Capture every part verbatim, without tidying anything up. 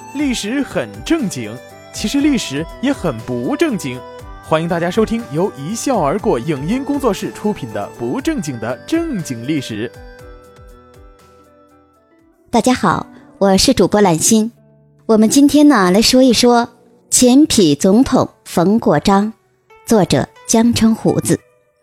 历史很正经，其实历史也很不正经。欢迎大家收听由一笑而过影音工作室出品的《不正经的正经历史》。 大家好，我是主播兰心。我们今天呢来说一说前痞总统冯国璋，作者江城虎子。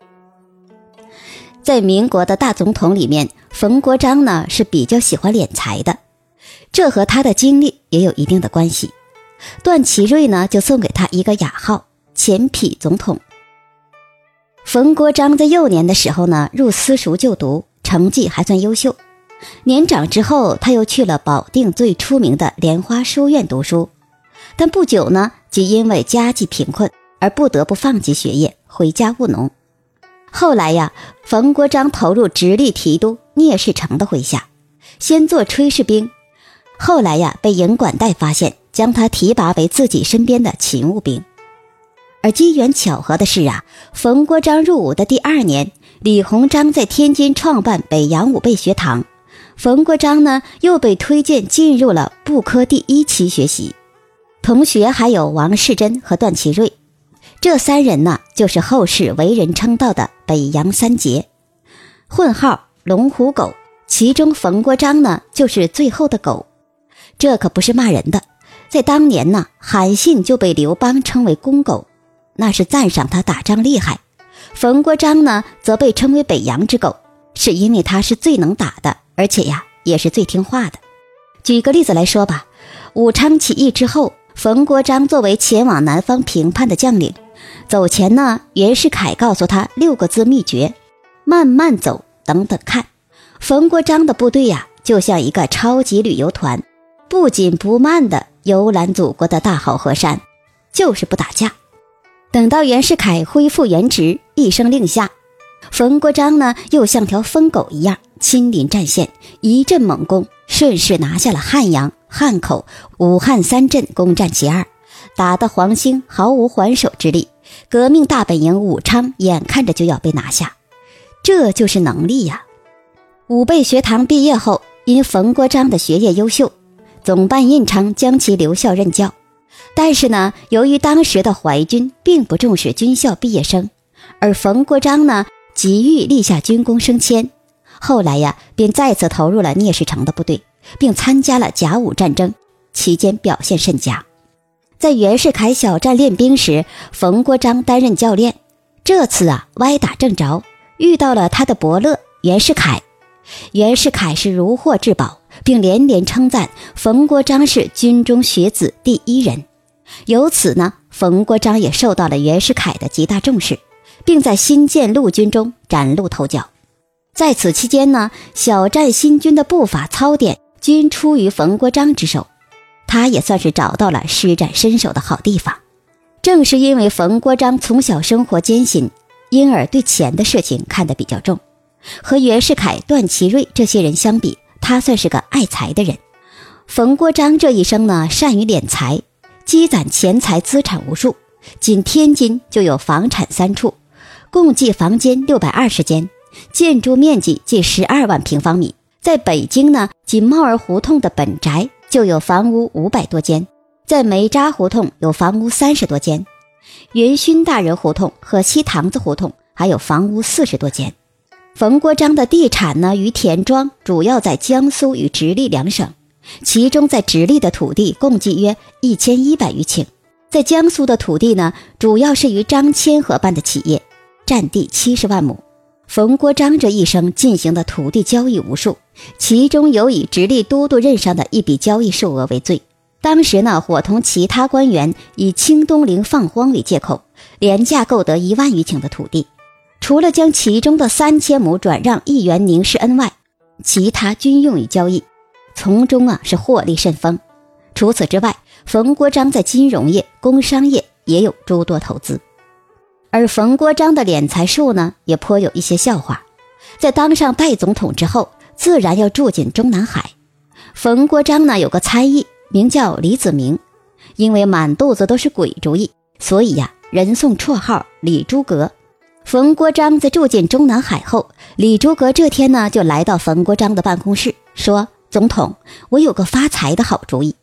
在民国的大总统里面，冯国璋呢是比较喜欢敛财的，这和他的经历也有一定的关系。段祺瑞呢就送给他一个雅号前痞总统。冯国璋在幼年的时候呢入私塾就读，成绩还算优秀。年长之后，他又去了保定最出名的莲花书院读书，但不久呢即因为家计贫困而不得不放弃学业，回家务农。后来呀，冯国璋投入直隶提督聂士成的麾下，先做炊事兵，后来呀被营管带发现，将他提拔为自己身边的勤务兵。而机缘巧合的是啊，冯国璋入伍的第二年，李鸿章在天津创办北洋武备学堂，冯国璋呢又被推荐进入了部科第一期学习。同学还有王士珍和段祺瑞，这三人呢就是后世为人称道的北洋三杰，混号龙虎狗，其中冯国璋呢就是最后的狗。这可不是骂人的，在当年呢，韩信就被刘邦称为公狗，那是赞赏他打仗厉害。冯国璋呢则被称为北洋之狗，是因为他是最能打的，而且呀也是最听话的。举个例子来说吧，武昌起义之后，冯国璋作为前往南方平叛的将领，走前呢，袁世凯告诉他六个字秘诀：慢慢走，等等看。冯国璋的部队呀就像一个超级旅游团，不紧不慢地游览祖国的大好河山，就是不打架。等到袁世凯恢复原职，一声令下，冯国璋呢又像条疯狗一样亲临战线，一阵猛攻，顺势拿下了汉阳、汉口、武汉三镇，攻占其二，打得黄兴毫无还手之力，革命大本营武昌眼看着就要被拿下。这就是能力呀！武备学堂毕业后，因冯国璋的学业优秀，总办印昌将其留校任教。但是呢，由于当时的淮军并不重视军校毕业生，而冯国璋呢急于立下军功升迁，后来呀便再次投入了聂士成的部队，并参加了甲午战争，期间表现甚佳。在袁世凯小站练兵时，冯国璋担任教练，这次啊歪打正着，遇到了他的伯乐袁世凯。袁世凯是如获至宝，并连连称赞冯国璋是军中学子第一人。由此呢，冯国璋也受到了袁世凯的极大重视，并在新建陆军中崭露头角。在此期间呢，小站新军的步法操点均出于冯国璋之手，他也算是找到了施展身手的好地方。正是因为冯国璋从小生活艰辛，因而对钱的事情看得比较重。和袁世凯、段祺瑞这些人相比，他算是个爱财的人。冯国璋这一生呢，善于敛财，积攒钱财资产无数，仅天津就有房产三处，共计房间六百二十间，建筑面积近十二万平方米。在北京呢，仅帽儿胡同的本宅就有房屋五百多间，在梅渣胡同有房屋三十多间，元勋大人胡同和西塘子胡同还有房屋四十多间。冯国璋的地产呢与田庄主要在江苏与直隶两省，其中在直隶的土地共计约一千一百余顷，在江苏的土地呢主要是与张骞合办的企业，占地七十万亩。冯国璋这一生进行的土地交易无数，其中有以直隶都督任上的一笔交易数额为最。当时呢，伙同其他官员以清东陵放荒为借口，廉价购得一万余顷的土地。除了将其中的三千亩转让议员宁世恩外，其他均用于交易，从中啊是获利甚丰。除此之外，冯国璋在金融业、工商业也有诸多投资。而冯国璋的敛财术呢，也颇有一些笑话。在当上代总统之后，自然要住进中南海。冯国璋呢有个参议名叫李子明，因为满肚子都是鬼主意，所以呀、啊、人送绰号李诸葛。冯国璋在住进中南海后，李诸葛这天呢就来到冯国璋的办公室，说：总统，我有个发财的好主意。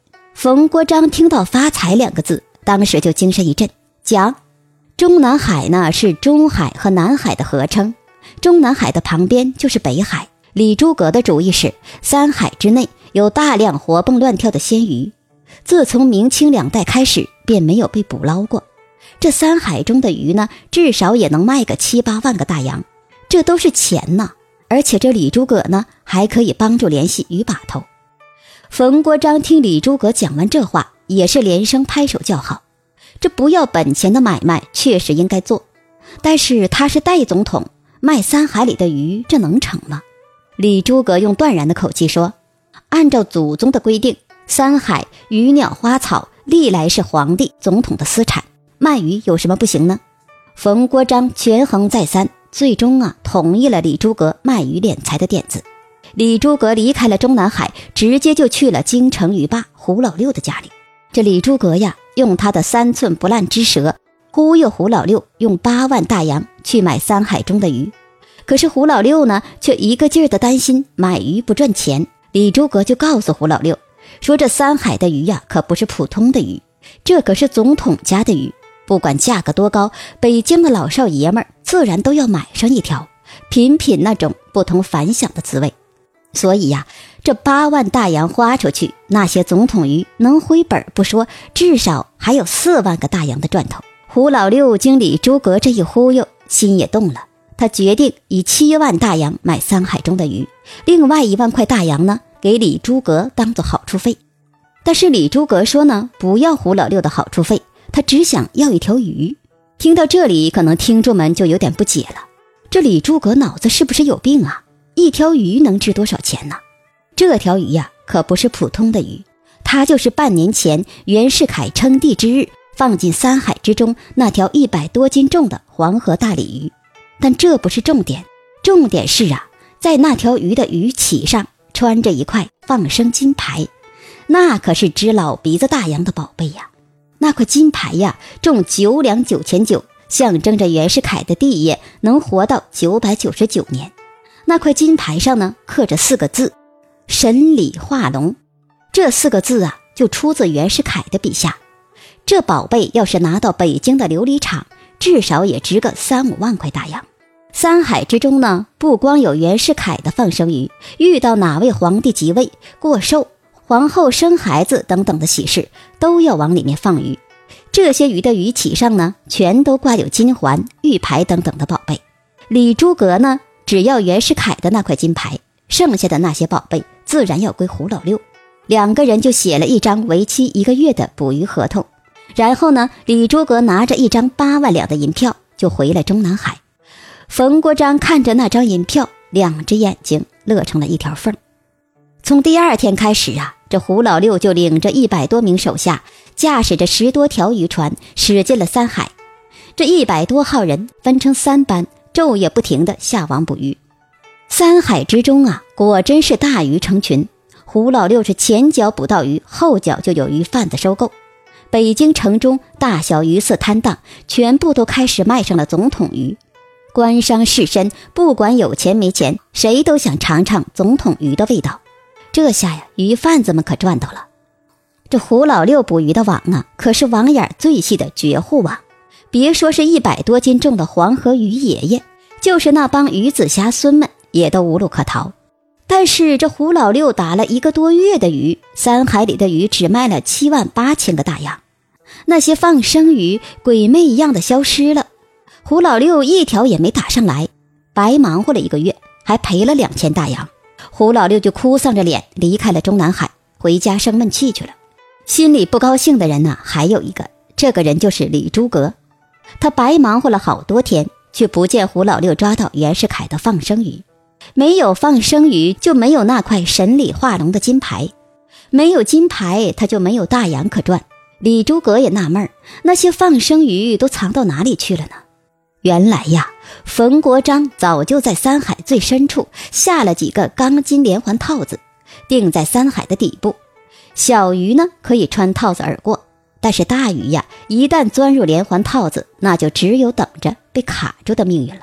冯国璋听到发财两个字，当时就精神一振，讲中南海呢是中海和南海的合称，中南海的旁边就是北海。李诸葛的主意是三海之内有大量活蹦乱跳的鲜鱼，自从明清两代开始便没有被捕捞过。这三海中的鱼呢，至少也能卖个七八万个大洋，这都是钱呢。而且这李诸葛呢，还可以帮助联系鱼把头。冯国璋听李诸葛讲完这话，也是连声拍手叫好。这不要本钱的买卖确实应该做，但是他是代总统，卖三海里的鱼，这能成吗？李诸葛用断然的口气说，按照祖宗的规定，三海鱼鸟花草历来是皇帝总统的私产，卖鱼有什么不行呢？冯国璋权衡再三，最终啊同意了李诸葛卖鱼敛财的点子。李诸葛离开了中南海，直接就去了京城鱼霸胡老六的家里。这李诸葛呀，用他的三寸不烂之舌忽悠胡老六用八万大洋去买三海中的鱼。可是胡老六呢，却一个劲儿的担心买鱼不赚钱。李诸葛就告诉胡老六说，这三海的鱼呀，可不是普通的鱼，这可是总统家的鱼，不管价格多高，北京的老少爷们儿自然都要买上一条，品品那种不同凡响的滋味。所以呀，这八万大洋花出去，那些总统鱼能回本不说，至少还有四万个大洋的赚头。胡老六经李诸葛这一忽悠，心也动了，他决定以七万大洋买三海中的鱼，另外一万块大洋呢，给李诸葛当做好处费。但是李诸葛说呢，不要胡老六的好处费，他只想要一条鱼。听到这里，可能听众们就有点不解了，这李诸葛脑子是不是有病啊？一条鱼能值多少钱呢？这条鱼呀，可不是普通的鱼，它就是半年前袁世凯称帝之日放进三海之中那条一百多斤重的黄河大鲤鱼。但这不是重点，重点是啊，在那条鱼的鱼鳍上穿着一块放生金牌，那可是值老鼻子大洋的宝贝呀。那块金牌呀，重九两九千九，象征着袁世凯的帝爷能活到九百九十九年。那块金牌上呢，刻着四个字，神理化龙。这四个字啊，就出自袁世凯的笔下。这宝贝要是拿到北京的琉璃厂，至少也值个三五万块大洋。三海之中呢，不光有袁世凯的放生鱼，遇到哪位皇帝即位、过寿、皇后生孩子等等的喜事，都要往里面放鱼。这些鱼的鱼鳍上呢，全都挂有金环、玉牌等等的宝贝。李诸葛呢，只要袁世凯的那块金牌，剩下的那些宝贝自然要归胡老六。两个人就写了一张为期一个月的捕鱼合同。然后呢，李诸葛拿着一张八万两的银票就回了中南海。冯国璋看着那张银票，两只眼睛乐成了一条缝。从第二天开始啊，这胡老六就领着一百多名手下，驾驶着十多条渔船，驶进了三海。这一百多号人分成三班，昼夜不停地下网捕鱼。三海之中啊，果真是大鱼成群。胡老六是前脚捕到鱼，后脚就有鱼贩子收购。北京城中大小鱼肆摊档，全部都开始卖上了总统鱼。官商士绅，不管有钱没钱，谁都想尝尝总统鱼的味道。这下呀，鱼贩子们可赚到了。这胡老六捕鱼的网啊，可是网眼最细的绝户网。别说是一百多斤重的黄河鱼爷爷，就是那帮鱼子虾孙们也都无路可逃。但是这胡老六打了一个多月的鱼，三海里的鱼只卖了七万八千个大洋。那些放生鱼鬼魅一样的消失了，胡老六一条也没打上来，白忙活了一个月，还赔了两千大洋。胡老六就哭丧着脸离开了中南海，回家生闷气去了。心里不高兴的人呢、啊，还有一个，这个人就是李诸葛。他白忙活了好多天，却不见胡老六抓到袁世凯的放生鱼。没有放生鱼，就没有那块神理化龙的金牌，没有金牌，他就没有大洋可赚。李诸葛也纳闷，那些放生鱼都藏到哪里去了呢？原来呀，冯国璋早就在三海最深处下了几个钢筋连环套子，钉在三海的底部。小鱼呢，可以穿套子而过，但是大鱼呀，一旦钻入连环套子，那就只有等着被卡住的命运了。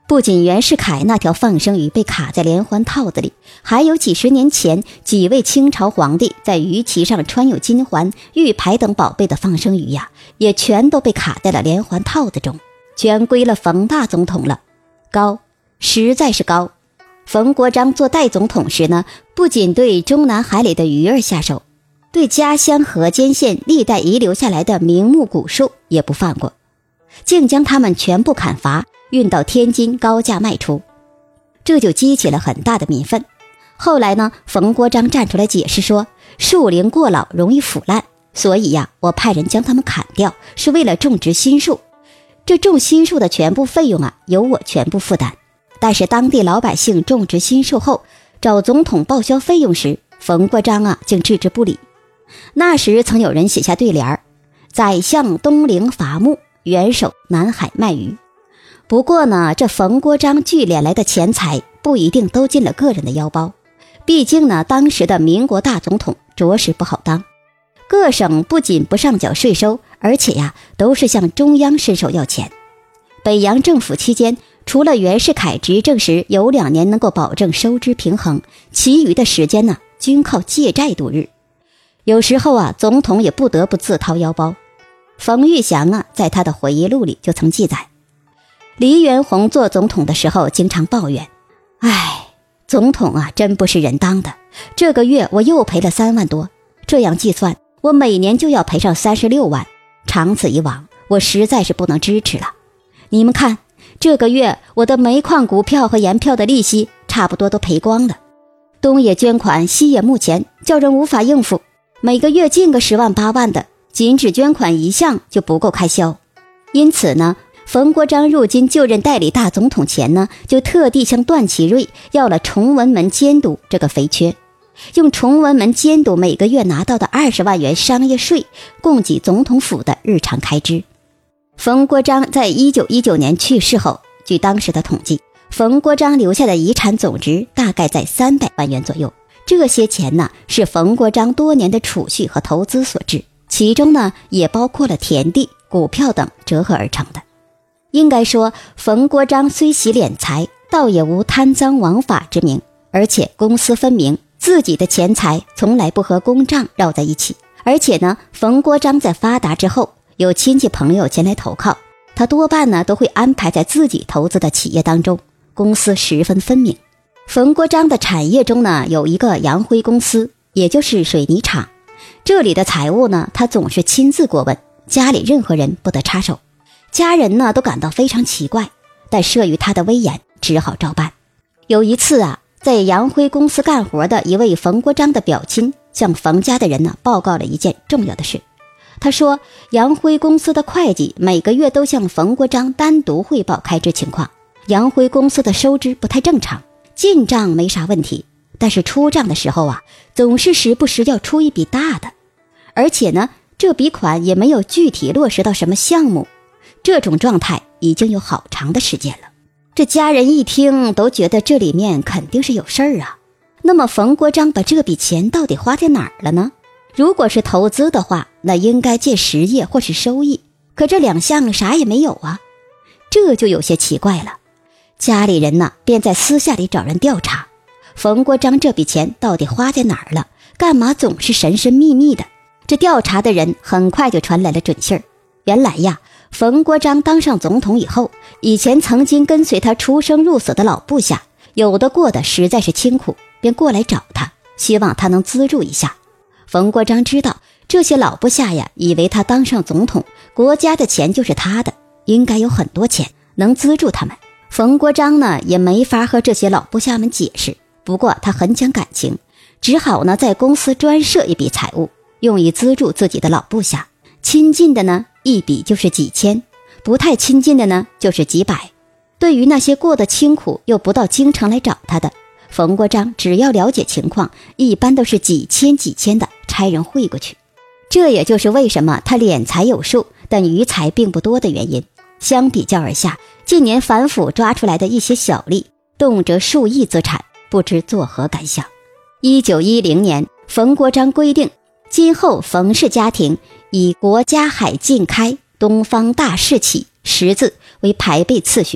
不仅袁世凯那条放生鱼被卡在连环套子里，还有几十年前几位清朝皇帝在鱼鳍上穿有金环、玉牌等宝贝的放生鱼呀，也全都被卡在了连环套子中，全归了冯大总统了。高，实在是高。冯国璋做代总统时呢，不仅对中南海里的鱼儿下手，对家乡河间县历代遗留下来的名木古树也不放过，竟将它们全部砍伐，运到天津高价卖出，这就激起了很大的民愤。后来呢，冯国璋站出来解释说，树龄过老容易腐烂，所以呀，我派人将它们砍掉，是为了种植新树。这种新树的全部费用啊，由我全部负担。但是当地老百姓种植新树后，找总统报销费用时，冯国璋啊竟置之不理。那时曾有人写下对联儿：宰相东陵伐木，元首南海卖鱼。不过呢，这冯国璋聚敛来的钱财不一定都进了个人的腰包，毕竟呢，当时的民国大总统着实不好当。各省不仅不上缴税收，而且呀，都是向中央伸手要钱。北洋政府期间，除了袁世凯执政时有两年能够保证收支平衡，其余的时间呢，均靠借债度日。有时候啊，总统也不得不自掏腰包。冯玉祥啊，在他的回忆录里就曾记载，黎元洪做总统的时候经常抱怨，唉，总统啊，真不是人当的，这个月我又赔了三万多，这样计算，我每年就要赔上三十六万，长此以往，我实在是不能支持了。你们看，这个月我的煤矿股票和盐票的利息差不多都赔光了，东也捐款，西也募钱，叫人无法应付，每个月进个十万八万的，仅只捐款一项就不够开销。因此呢，冯国璋入京就任代理大总统前呢，就特地向段祺瑞要了崇文门监督这个肥缺，用崇文门监督每个月拿到的二十万元商业税供给总统府的日常开支。冯国璋在一九一九年去世后，据当时的统计，冯国璋留下的遗产总值大概在三百万元左右。这些钱呢，是冯国璋多年的储蓄和投资所致，其中呢，也包括了田地、股票等折合而成的。应该说，冯国璋虽喜敛财，倒也无贪赃枉法之名，而且公私分明，自己的钱财从来不和公账绕在一起。而且呢，冯国璋在发达之后，有亲戚朋友前来投靠，他多半呢都会安排在自己投资的企业当中，公私十分分明。冯国璋的产业中呢，有一个洋辉公司，也就是水泥厂，这里的财务呢，他总是亲自过问，家里任何人不得插手。家人呢都感到非常奇怪，但慑于他的威严，只好照办。有一次啊，在洋辉公司干活的一位冯国璋的表亲向冯家的人呢报告了一件重要的事。他说，洋辉公司的会计每个月都向冯国璋单独汇报开支情况，洋辉公司的收支不太正常，进账没啥问题，但是出账的时候啊，总是时不时要出一笔大的，而且呢，这笔款也没有具体落实到什么项目。这种状态已经有好长的时间了。这家人一听都觉得这里面肯定是有事儿啊。那么冯国璋把这笔钱到底花在哪儿了呢？如果是投资的话，那应该借实业或是收益，可这两项啥也没有啊，这就有些奇怪了。家里人呢，便在私下里找人调查，冯国璋这笔钱到底花在哪儿了，干嘛总是神神秘秘的。这调查的人很快就传来了准信儿，原来呀，冯国璋当上总统以后，以前曾经跟随他出生入死的老部下，有的过得实在是清苦，便过来找他，希望他能资助一下。冯国璋知道这些老部下呀，以为他当上总统，国家的钱就是他的，应该有很多钱能资助他们。冯国璋呢，也没法和这些老部下们解释，不过他很讲感情，只好呢在公司专设一笔财物，用以资助自己的老部下。亲近的呢，一笔就是几千，不太亲近的呢，就是几百。对于那些过得清苦又不到京城来找他的，冯国璋只要了解情况，一般都是几千几千的差人汇过去。这也就是为什么他敛财有数，但余财并不多的原因。相比较而下，近年反腐抓出来的一些小吏，动辄数亿资产，不知作何感想。一九一零年，冯国璋规定，今后冯氏家庭以国家海禁开，东方大事起十字为排辈次序，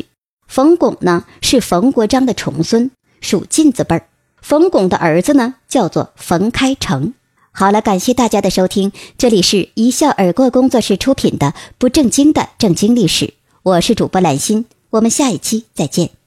冯巩呢是冯国璋的重孙，属晋字辈儿。冯巩的儿子呢叫做冯开成。好了，感谢大家的收听，这里是一笑而过工作室出品的不正经的正经历史，我是主播兰心，我们下一期再见。